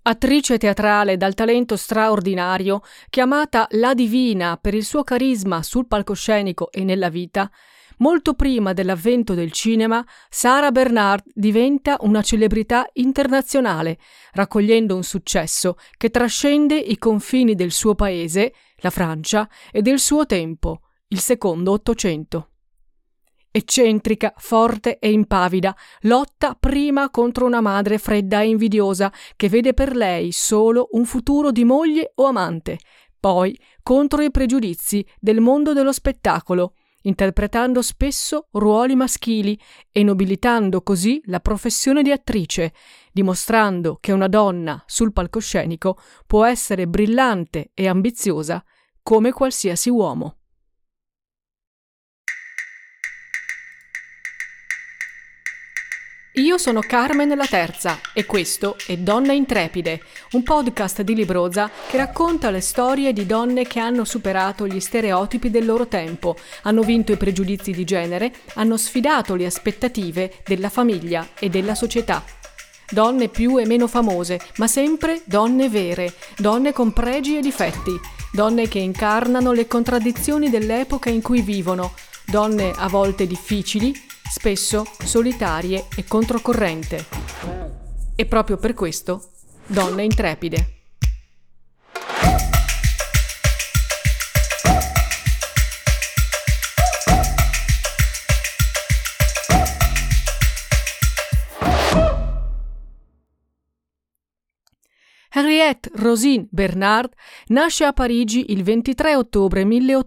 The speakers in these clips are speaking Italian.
Attrice teatrale dal talento straordinario, chiamata La Divina per il suo carisma sul palcoscenico e nella vita, molto prima dell'avvento del cinema, Sarah Bernhardt diventa una celebrità internazionale, raccogliendo un successo che trascende i confini del suo paese, la Francia, e del suo tempo, il secondo Ottocento. Eccentrica, forte e impavida, lotta prima contro una madre fredda e invidiosa che vede per lei solo un futuro di moglie o amante, poi contro i pregiudizi del mondo dello spettacolo, interpretando spesso ruoli maschili e nobilitando così la professione di attrice, dimostrando che una donna sul palcoscenico può essere brillante e ambiziosa come qualsiasi uomo. Io sono Carmen la Terza e questo è Donne Intrepide, un podcast di Libroza che racconta le storie di donne che hanno superato gli stereotipi del loro tempo, hanno vinto i pregiudizi di genere, hanno sfidato le aspettative della famiglia e della società. Donne più e meno famose, ma sempre donne vere, donne con pregi e difetti, donne che incarnano le contraddizioni dell'epoca in cui vivono, donne a volte difficili, spesso solitarie e controcorrente. E proprio per questo, Donne Intrepide. Henriette Rosine Bernard nasce a Parigi il 23 ottobre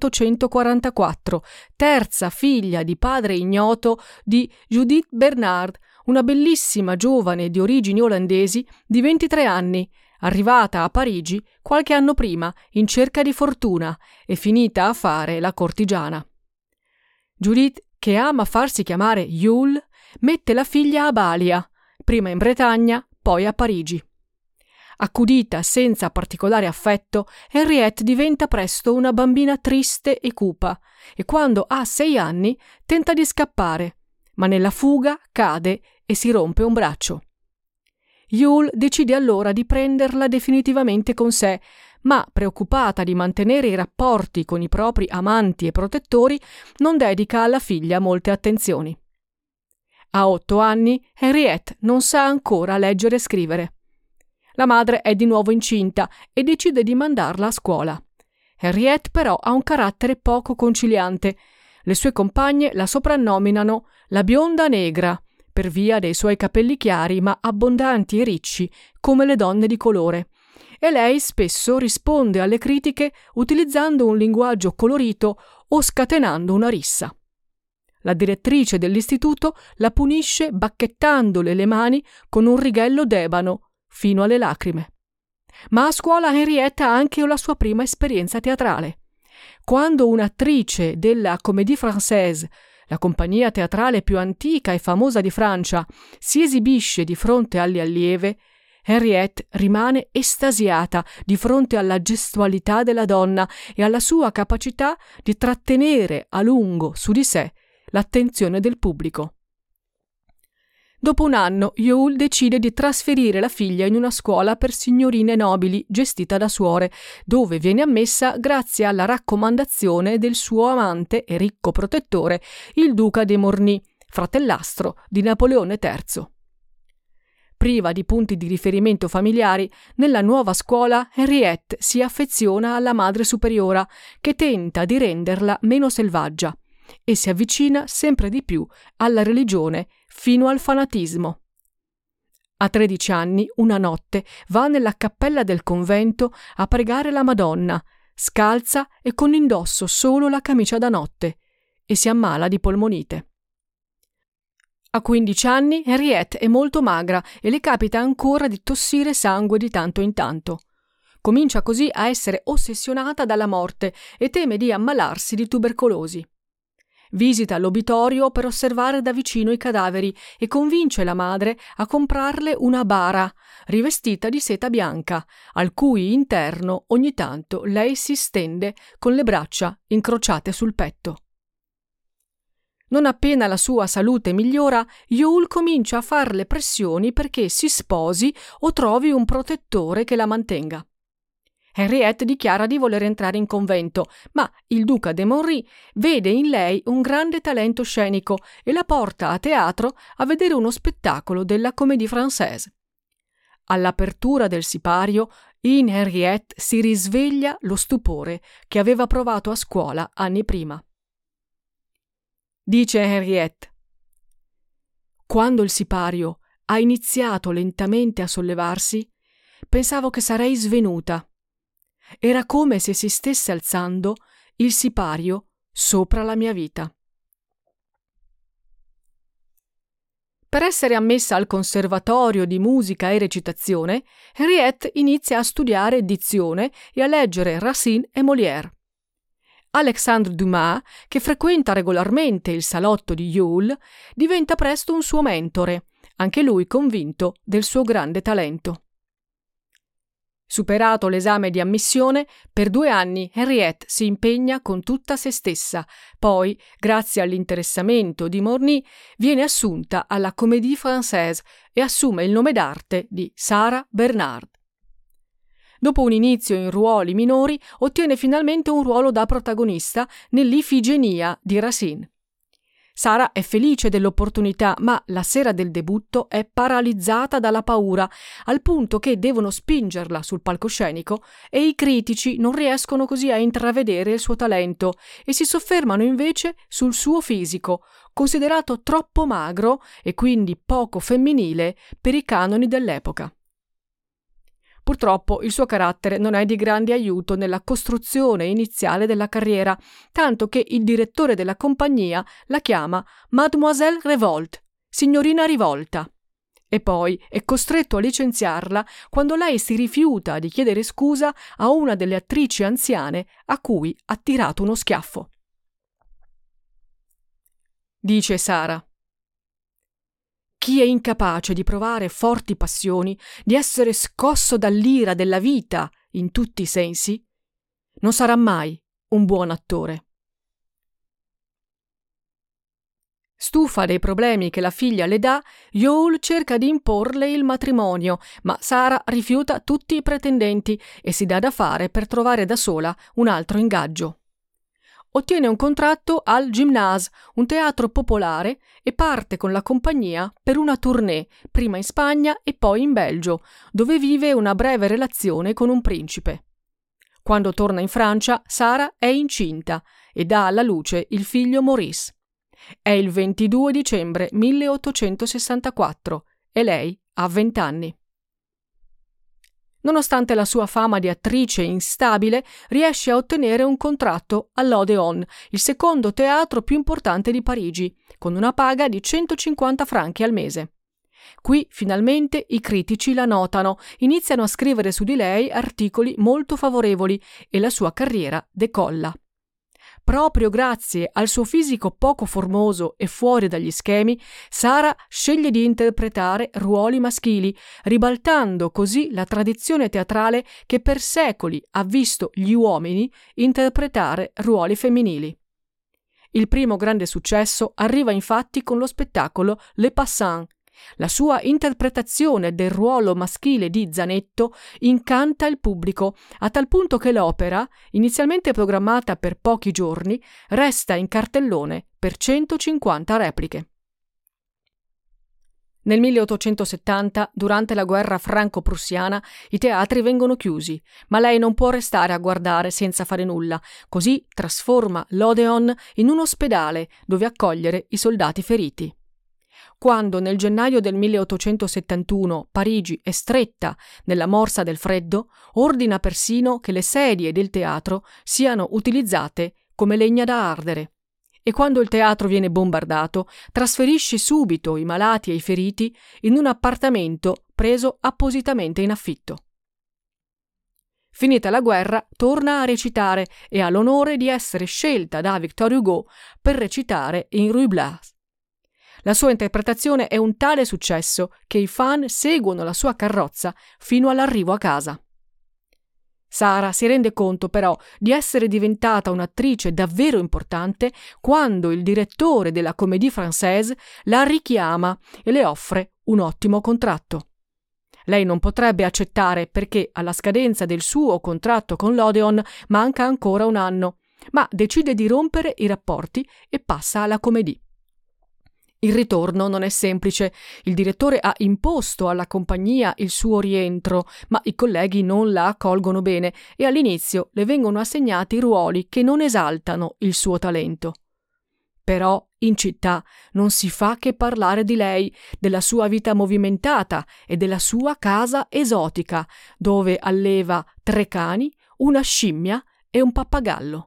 1844, terza figlia di padre ignoto di Judith Bernard, una bellissima giovane di origini olandesi di 23 anni, arrivata a Parigi qualche anno prima in cerca di fortuna e finita a fare la cortigiana. Judith, che ama farsi chiamare Yule, mette la figlia a Balia, prima in Bretagna, poi a Parigi. Accudita senza particolare affetto, Henriette diventa presto una bambina triste e cupa e quando ha 6 anni tenta di scappare, ma nella fuga cade e si rompe un braccio. Yule decide allora di prenderla definitivamente con sé, ma preoccupata di mantenere i rapporti con i propri amanti e protettori, non dedica alla figlia molte attenzioni. A 8 anni Henriette non sa ancora leggere e scrivere. La madre è di nuovo incinta e decide di mandarla a scuola. Henriette però ha un carattere poco conciliante. Le sue compagne la soprannominano la bionda negra, per via dei suoi capelli chiari ma abbondanti e ricci, come le donne di colore. E lei spesso risponde alle critiche utilizzando un linguaggio colorito o scatenando una rissa. La direttrice dell'istituto la punisce bacchettandole le mani con un righello d'ebano, fino alle lacrime. Ma a scuola Henriette ha anche la sua prima esperienza teatrale. Quando un'attrice della Comédie Française, la compagnia teatrale più antica e famosa di Francia, si esibisce di fronte alle allieve, Henriette rimane estasiata di fronte alla gestualità della donna e alla sua capacità di trattenere a lungo su di sé l'attenzione del pubblico. Dopo un anno, Yule decide di trasferire la figlia in una scuola per signorine nobili gestita da suore, dove viene ammessa grazie alla raccomandazione del suo amante e ricco protettore, il duca de Morny, fratellastro di Napoleone III. Priva di punti di riferimento familiari, nella nuova scuola Henriette si affeziona alla madre superiora, che tenta di renderla meno selvaggia, e si avvicina sempre di più alla religione fino al fanatismo. A 13 anni, una notte, va nella cappella del convento a pregare la Madonna, scalza e con indosso solo la camicia da notte, e si ammala di polmonite. A 15 anni Henriette è molto magra e le capita ancora di tossire sangue di tanto in tanto. Comincia così a essere ossessionata dalla morte e teme di ammalarsi di tubercolosi. Visita l'obitorio per osservare da vicino i cadaveri e convince la madre a comprarle una bara rivestita di seta bianca, al cui interno ogni tanto lei si stende con le braccia incrociate sul petto. Non appena la sua salute migliora, Yule comincia a farle pressioni perché si sposi o trovi un protettore che la mantenga. Henriette dichiara di voler entrare in convento, ma il duca de Monry vede in lei un grande talento scenico e la porta a teatro a vedere uno spettacolo della Comédie Française. All'apertura del sipario, in Henriette si risveglia lo stupore che aveva provato a scuola anni prima. Dice Henriette: quando il sipario ha iniziato lentamente a sollevarsi, pensavo che sarei svenuta. Era come se si stesse alzando il sipario sopra la mia vita. Per essere ammessa al Conservatorio di musica e recitazione, Henriette inizia a studiare dizione e a leggere Racine e Molière. Alexandre Dumas, che frequenta regolarmente il salotto di Yule, diventa presto un suo mentore, anche lui convinto del suo grande talento. Superato l'esame di ammissione, per 2 anni Henriette si impegna con tutta se stessa. Poi, grazie all'interessamento di Morny, viene assunta alla Comédie Française e assume il nome d'arte di Sarah Bernhardt. Dopo un inizio in ruoli minori, ottiene finalmente un ruolo da protagonista nell'Ifigenia di Racine. Sara è felice dell'opportunità, ma la sera del debutto è paralizzata dalla paura, al punto che devono spingerla sul palcoscenico e i critici non riescono così a intravedere il suo talento e si soffermano invece sul suo fisico, considerato troppo magro e quindi poco femminile per i canoni dell'epoca. Purtroppo il suo carattere non è di grande aiuto nella costruzione iniziale della carriera, tanto che il direttore della compagnia la chiama Mademoiselle Revolte, signorina rivolta, e poi è costretto a licenziarla quando lei si rifiuta di chiedere scusa a una delle attrici anziane a cui ha tirato uno schiaffo. Dice Sara: chi è incapace di provare forti passioni, di essere scosso dall'ira della vita in tutti i sensi, non sarà mai un buon attore. Stufa dei problemi che la figlia le dà, Yule cerca di imporle il matrimonio, ma Sara rifiuta tutti i pretendenti e si dà da fare per trovare da sola un altro ingaggio. Ottiene un contratto al Gymnase, un teatro popolare, e parte con la compagnia per una tournée, prima in Spagna e poi in Belgio, dove vive una breve relazione con un principe. Quando torna in Francia, Sara è incinta e dà alla luce il figlio Maurice. È il 22 dicembre 1864 e lei ha 20 anni. Nonostante la sua fama di attrice instabile, riesce a ottenere un contratto all'Odéon, il secondo teatro più importante di Parigi, con una paga di 150 franchi al mese. Qui, finalmente, i critici la notano, iniziano a scrivere su di lei articoli molto favorevoli e la sua carriera decolla. Proprio grazie al suo fisico poco formoso e fuori dagli schemi, Sara sceglie di interpretare ruoli maschili, ribaltando così la tradizione teatrale che per secoli ha visto gli uomini interpretare ruoli femminili. Il primo grande successo arriva infatti con lo spettacolo Les Passants. La sua interpretazione del ruolo maschile di Zanetto incanta il pubblico, a tal punto che l'opera, inizialmente programmata per pochi giorni, resta in cartellone per 150 repliche. Nel 1870, durante la guerra franco-prussiana, i teatri vengono chiusi, ma lei non può restare a guardare senza fare nulla, così trasforma l'Odéon in un ospedale dove accogliere i soldati feriti. Quando nel gennaio del 1871 Parigi è stretta nella morsa del freddo, ordina persino che le sedie del teatro siano utilizzate come legna da ardere. E quando il teatro viene bombardato, trasferisce subito i malati e i feriti in un appartamento preso appositamente in affitto. Finita la guerra, torna a recitare e ha l'onore di essere scelta da Victor Hugo per recitare in Ruy Blas. La sua interpretazione è un tale successo che i fan seguono la sua carrozza fino all'arrivo a casa. Sara si rende conto però di essere diventata un'attrice davvero importante quando il direttore della Comédie Française la richiama e le offre un ottimo contratto. Lei non potrebbe accettare perché alla scadenza del suo contratto con l'Odeon manca ancora un anno, ma decide di rompere i rapporti e passa alla Comédie. Il ritorno non è semplice. Il direttore ha imposto alla compagnia il suo rientro, ma i colleghi non la accolgono bene e all'inizio le vengono assegnati ruoli che non esaltano il suo talento. Però in città non si fa che parlare di lei, della sua vita movimentata e della sua casa esotica, dove alleva 3 cani, una scimmia e un pappagallo.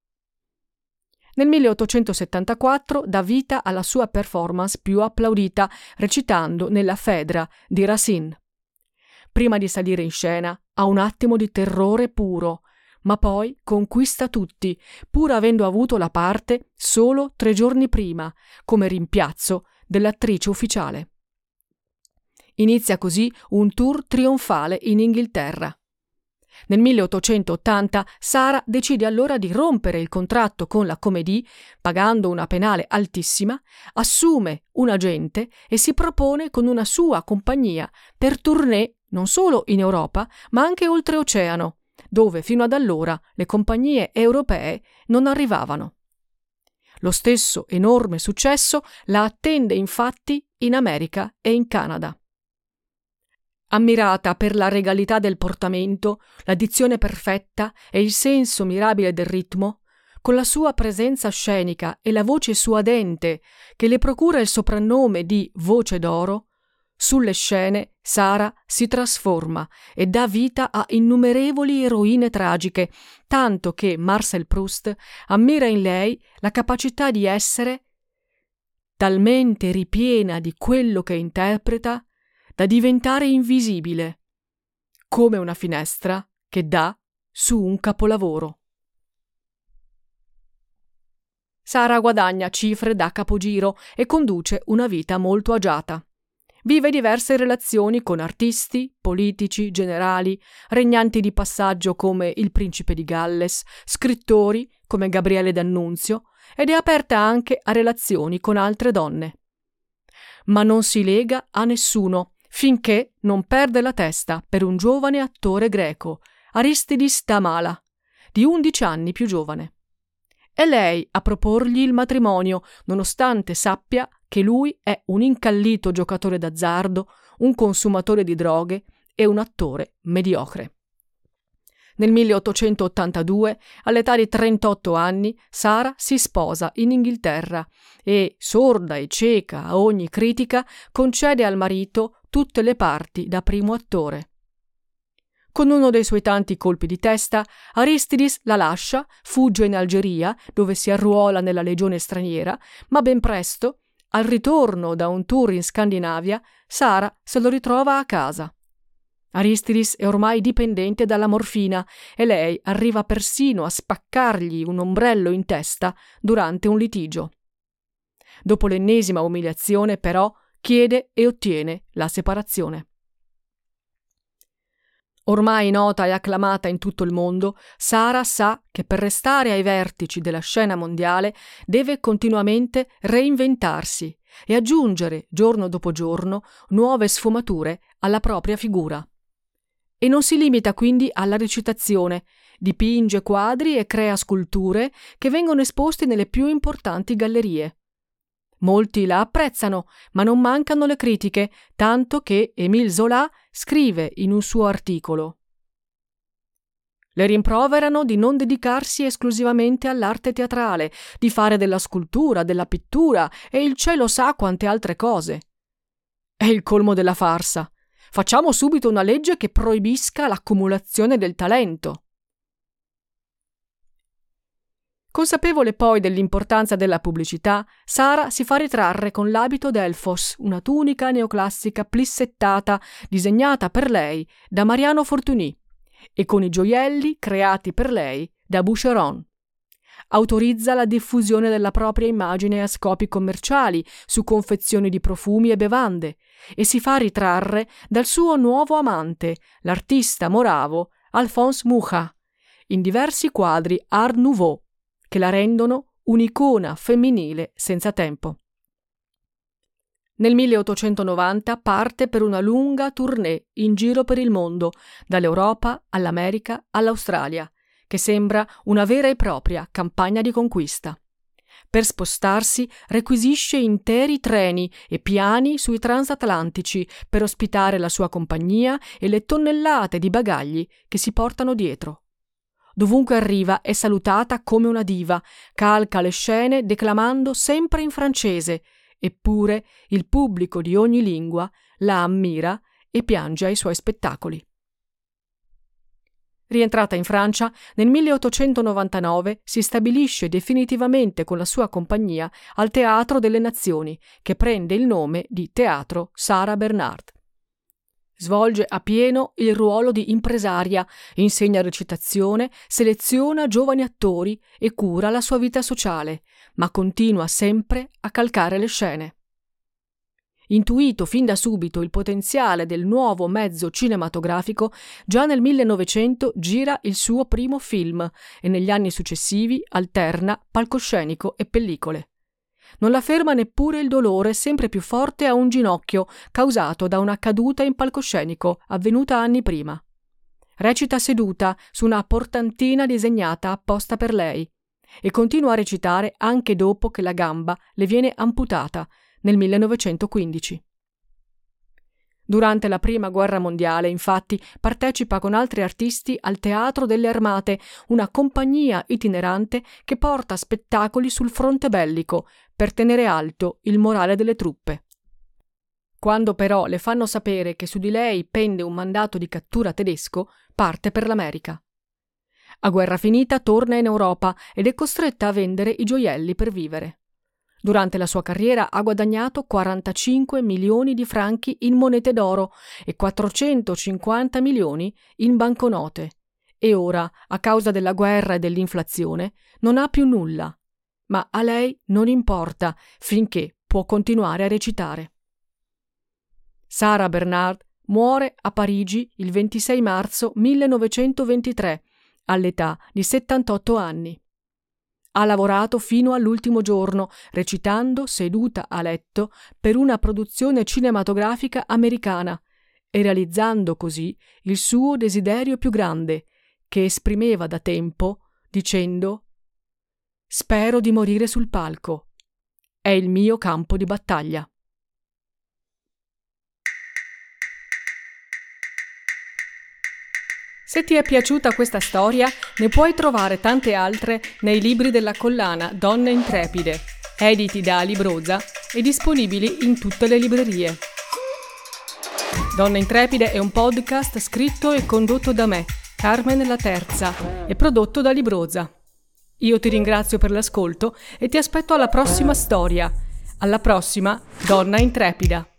Nel 1874 dà vita alla sua performance più applaudita, recitando nella Phèdre di Racine. Prima di salire in scena ha un attimo di terrore puro, ma poi conquista tutti, pur avendo avuto la parte solo 3 giorni prima, come rimpiazzo dell'attrice ufficiale. Inizia così un tour trionfale in Inghilterra. Nel 1880 Sara decide allora di rompere il contratto con la Comédie, pagando una penale altissima, assume un agente e si propone con una sua compagnia per tournée non solo in Europa, ma anche oltreoceano, dove fino ad allora le compagnie europee non arrivavano. Lo stesso enorme successo la attende infatti in America e in Canada. Ammirata per la regalità del portamento, la dizione perfetta e il senso mirabile del ritmo, con la sua presenza scenica e la voce suadente che le procura il soprannome di Voce d'Oro, sulle scene Sara si trasforma e dà vita a innumerevoli eroine tragiche, tanto che Marcel Proust ammira in lei la capacità di essere talmente ripiena di quello che interpreta da diventare invisibile, come una finestra che dà su un capolavoro. Sara guadagna cifre da capogiro e conduce una vita molto agiata. Vive diverse relazioni con artisti, politici, generali, regnanti di passaggio come il principe di Galles, scrittori come Gabriele D'Annunzio, ed è aperta anche a relazioni con altre donne. Ma non si lega a nessuno, finché non perde la testa per un giovane attore greco, Aristidis Tamala, di 11 anni più giovane. È lei a proporgli il matrimonio, nonostante sappia che lui è un incallito giocatore d'azzardo, un consumatore di droghe e un attore mediocre. Nel 1882, all'età di 38 anni, Sara si sposa in Inghilterra e, sorda e cieca a ogni critica, concede al marito tutte le parti da primo attore. Con uno dei suoi tanti colpi di testa, Aristidis la lascia, fugge in Algeria, dove si arruola nella legione straniera, ma ben presto, al ritorno da un tour in Scandinavia, Sara se lo ritrova a casa. Aristidis è ormai dipendente dalla morfina e lei arriva persino a spaccargli un ombrello in testa durante un litigio. Dopo l'ennesima umiliazione, però, chiede e ottiene la separazione. Ormai nota e acclamata in tutto il mondo, Sara sa che per restare ai vertici della scena mondiale deve continuamente reinventarsi e aggiungere, giorno dopo giorno, nuove sfumature alla propria figura. E non si limita quindi alla recitazione, dipinge quadri e crea sculture che vengono esposti nelle più importanti gallerie. Molti la apprezzano, ma non mancano le critiche, tanto che Émile Zola scrive in un suo articolo: le rimproverano di non dedicarsi esclusivamente all'arte teatrale, di fare della scultura, della pittura e il cielo sa quante altre cose. È il colmo della farsa. Facciamo subito una legge che proibisca l'accumulazione del talento. Consapevole poi dell'importanza della pubblicità, Sara si fa ritrarre con l'abito d'Elfos, una tunica neoclassica plissettata disegnata per lei da Mariano Fortuny, e con i gioielli creati per lei da Boucheron. Autorizza la diffusione della propria immagine a scopi commerciali su confezioni di profumi e bevande e si fa ritrarre dal suo nuovo amante, l'artista moravo Alphonse Mucha, in diversi quadri Art Nouveau, che la rendono un'icona femminile senza tempo. Nel 1890 parte per una lunga tournée in giro per il mondo, dall'Europa all'America all'Australia, che sembra una vera e propria campagna di conquista. Per spostarsi requisisce interi treni e piani sui transatlantici per ospitare la sua compagnia e le tonnellate di bagagli che si portano dietro. Dovunque arriva è salutata come una diva, calca le scene declamando sempre in francese, eppure il pubblico di ogni lingua la ammira e piange ai suoi spettacoli. Rientrata in Francia, nel 1899 si stabilisce definitivamente con la sua compagnia al Teatro delle Nazioni, che prende il nome di Teatro Sarah Bernhardt. Svolge a pieno il ruolo di impresaria, insegna recitazione, seleziona giovani attori e cura la sua vita sociale, ma continua sempre a calcare le scene. Intuito fin da subito il potenziale del nuovo mezzo cinematografico, già nel 1900 gira il suo primo film e negli anni successivi alterna palcoscenico e pellicole. Non la ferma neppure il dolore sempre più forte a un ginocchio causato da una caduta in palcoscenico avvenuta anni prima. Recita seduta su una portantina disegnata apposta per lei e continua a recitare anche dopo che la gamba le viene amputata nel 1915. Durante la Prima Guerra Mondiale, infatti, partecipa con altri artisti al Teatro delle Armate, una compagnia itinerante che porta spettacoli sul fronte bellico per tenere alto il morale delle truppe. Quando però le fanno sapere che su di lei pende un mandato di cattura tedesco, parte per l'America. A guerra finita torna in Europa ed è costretta a vendere i gioielli per vivere. Durante la sua carriera ha guadagnato 45 milioni di franchi in monete d'oro e 450 milioni in banconote. E ora, a causa della guerra e dell'inflazione, non ha più nulla. Ma a lei non importa finché può continuare a recitare. Sarah Bernhardt muore a Parigi il 26 marzo 1923, all'età di 78 anni. Ha lavorato fino all'ultimo giorno, recitando seduta a letto per una produzione cinematografica americana e realizzando così il suo desiderio più grande, che esprimeva da tempo dicendo: «Spero di morire sul palco. È il mio campo di battaglia». Se ti è piaciuta questa storia, ne puoi trovare tante altre nei libri della collana Donne Intrepide, editi da Libroza e disponibili in tutte le librerie. Donne Intrepide è un podcast scritto e condotto da me, Carmen La Terza, e prodotto da Libroza. Io ti ringrazio per l'ascolto e ti aspetto alla prossima storia. Alla prossima, Donna Intrepida!